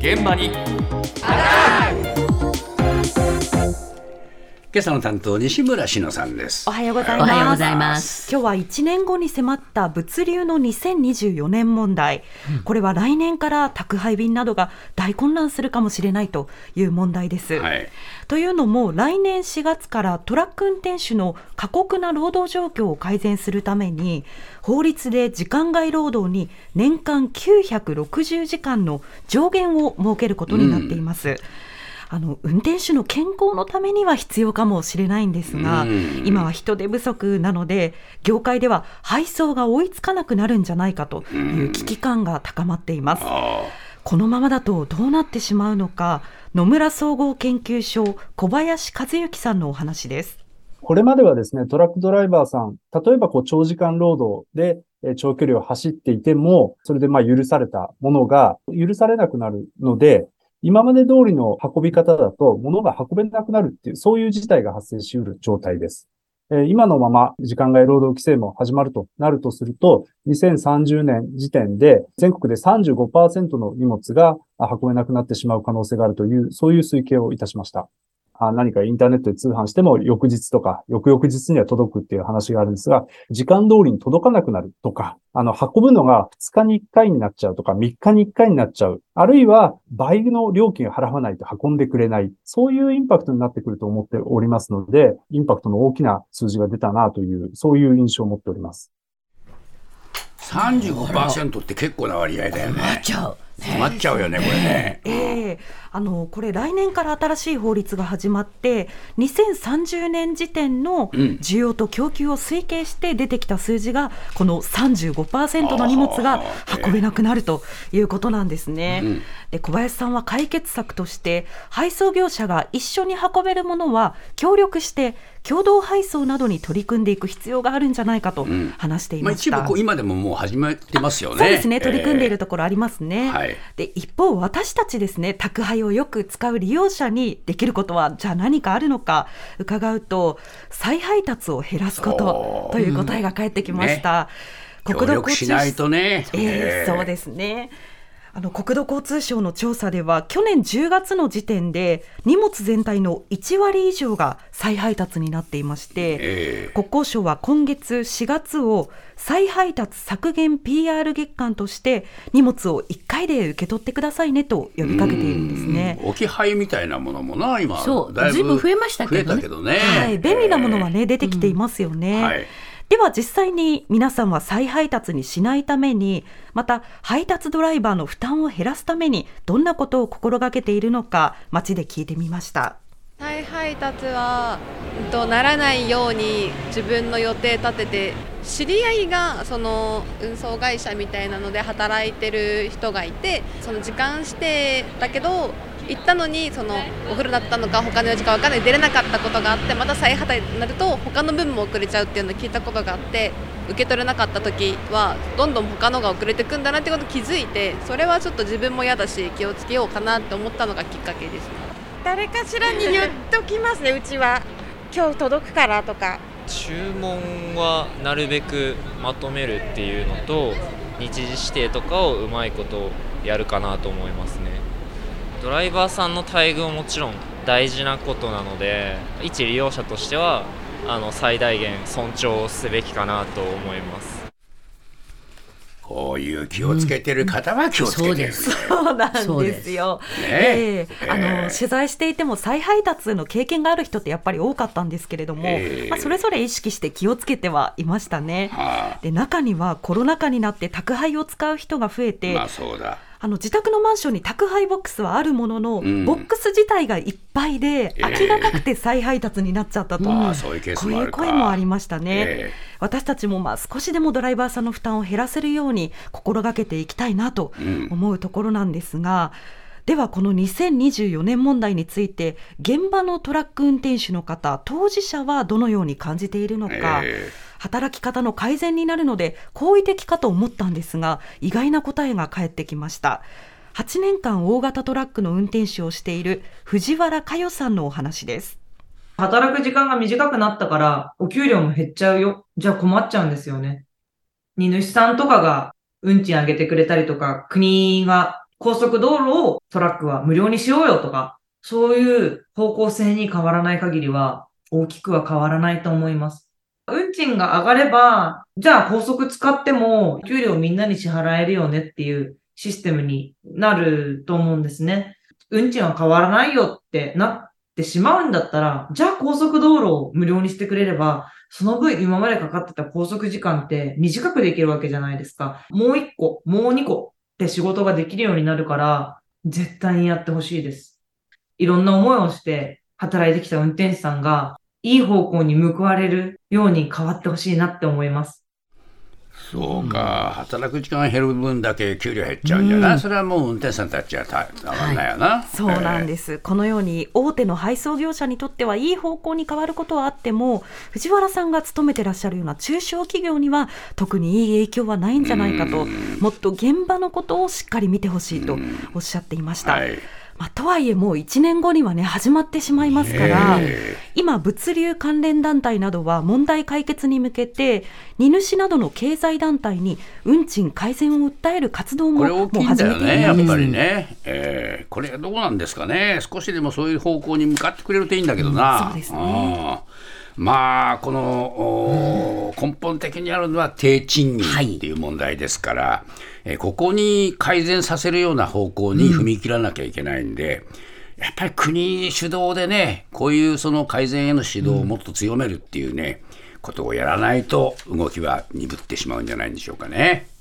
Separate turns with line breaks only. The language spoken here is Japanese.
現場に今朝の担当西村篠さんです。
おはようございます。
おはようございます。
今日は1年後に迫った物流の2024年問題、これは来年から宅配便などが大混乱するかもしれないという問題です、
はい、
というのも来年4月からトラック運転手の過酷な労働状況を改善するために法律で時間外労働に年間960時間の上限を設けることになっています、運転手の健康のためには必要かもしれないんですが、今は人手不足なので業界では配送が追いつかなくなるんじゃないかという危機感が高まっています。このままだとどうなってしまうのか、野村総合研究所小林和幸さんのお話です。
これまではですね、トラックドライバーさん、例えば長時間労働で長距離を走っていても、それで許されたものが許されなくなるので、今まで通りの運び方だと物が運べなくなるっていう、そういう事態が発生し得る状態です。今のまま時間外労働規制も始まるとなるとすると、2030年時点で全国で 35% の荷物が運べなくなってしまう可能性があるという、そういう推計をいたしました。何かインターネットで通販しても翌日とか翌々日には届くっていう話があるんですが、時間通りに届かなくなるとか、運ぶのが2日に1回になっちゃうとか3日に1回になっちゃう。あるいは倍の料金を払わないと運んでくれない。そういうインパクトになってくると思っておりますので、インパクトの大きな数字が出たなという、そういう印象を持っております。
35% って結構な割合だよね。困っちゃうよね、これね。
これ来年から新しい法律が始まって2030年時点の需要と供給を推計して出てきた数字がこの 35% の荷物が運べなくなるということなんですね、で小林さんは解決策として配送業者が一緒に運べるものは協力して共同配送などに取り組んでいく必要があるんじゃないかと話していました、
一部今でももう始めてますよね。
そうですね、取り組んでいるところありますね、で一方私たちですね、宅配をよく使う利用者にできることはじゃあ何かあるのか伺うと、再配達を減らすことという答えが返ってきました、
協力しないとね、
そうですね。国土交通省の調査では去年10月の時点で荷物全体の1割以上が再配達になっていまして、国交省は今月4月を再配達削減 PR 月間として荷物を1回で受け取ってくださいねと呼びかけているんですね。
置き配みたいなものもな、今
だいぶ増えましたけどね。
便利なものはね、出てきていますよね、では実際に皆さんは再配達にしないために、また配達ドライバーの負担を減らすためにどんなことを心がけているのか街で聞いてみました。
再配達はならないように自分の予定立てて、知り合いがその運送会社みたいなので働いてる人がいて、その時間指定だけど行ったのにお風呂だったのか他の用事か分からない出れなかったことがあって、また再配達になると他の分も遅れちゃうっていうのを聞いたことがあって、受け取れなかった時はどんどん他のが遅れてくんだなってことを気づいて、それはちょっと自分も嫌だし気をつけようかなって思ったのがきっかけですね。
誰かしらに言っときますねうちは今日届くからとか。
注文はなるべくまとめるっていうのと、日時指定とかをうまいことやるかなと思いますね。ドライバーさんの待遇ももちろん大事なことなので、一利用者としては最大限尊重すべきかなと思います。
こういう気をつけてる方は気をつけてる、ね、
そうなんですよ、取材していても再配達の経験がある人ってやっぱり多かったんですけれども、それぞれ意識して気をつけてはいましたね、で中にはコロナ禍になって宅配を使う人が増えて、
そうだ、
自宅のマンションに宅配ボックスはあるものの、ボックス自体がいっぱいで空きがなくて再配達になっちゃったと、
そういうケース
こういう声もありましたね、私たちも少しでもドライバーさんの負担を減らせるように心がけていきたいなと思うところなんですが、ではこの2024年問題について現場のトラック運転手の方、当事者はどのように感じているのか、働き方の改善になるので好意的かと思ったんですが、意外な答えが返ってきました。8年間大型トラックの運転手をしている藤原佳代さんのお話です。
働く時間が短くなったからお給料も減っちゃうよ。じゃあ困っちゃうんですよね。荷主さんとかが運賃上げてくれたりとか、国が高速道路をトラックは無料にしようよとか、そういう方向性に変わらない限りは、大きくは変わらないと思います。運賃が上がれば、じゃあ高速使っても給料みんなに支払えるよねっていうシステムになると思うんですね。運賃は変わらないよってなってしまうんだったら、じゃあ高速道路を無料にしてくれれば、その分今までかかってた拘束時間って短くできるわけじゃないですか。もう1個、もう2個って仕事ができるようになるから、絶対にやってほしいです。いろんな思いをして働いてきた運転手さんが、いい方向に報われるように変わってほしいなって思います。
そうか、働く時間が減る分だけ給料減っちゃうんじゃない、それはもう運転手さんたちはたまんないよな、
そうなんです、このように大手の配送業者にとってはいい方向に変わることはあっても、藤原さんが勤めてらっしゃるような中小企業には特にいい影響はないんじゃないかと、もっと現場のことをしっかり見てほしいとおっしゃっていました。とはいえもう1年後にはね始まってしまいますから、今物流関連団体などは問題解決に向けて荷主などの経済団体に運賃改善を訴える活動ももう始めているんです。これ大きいんだよね、やっぱりね、これどうなんですかね。少しでもそういう方向に向かってくれるといいんだけどな、 そうですね。
まあこの根本的にあるのは低賃金っていう問題ですから、ここに改善させるような方向に踏み切らなきゃいけないんで、やっぱり国主導でね、こういうその改善への指導をもっと強めるっていうね、ことをやらないと動きは鈍ってしまうんじゃないんでしょうかね。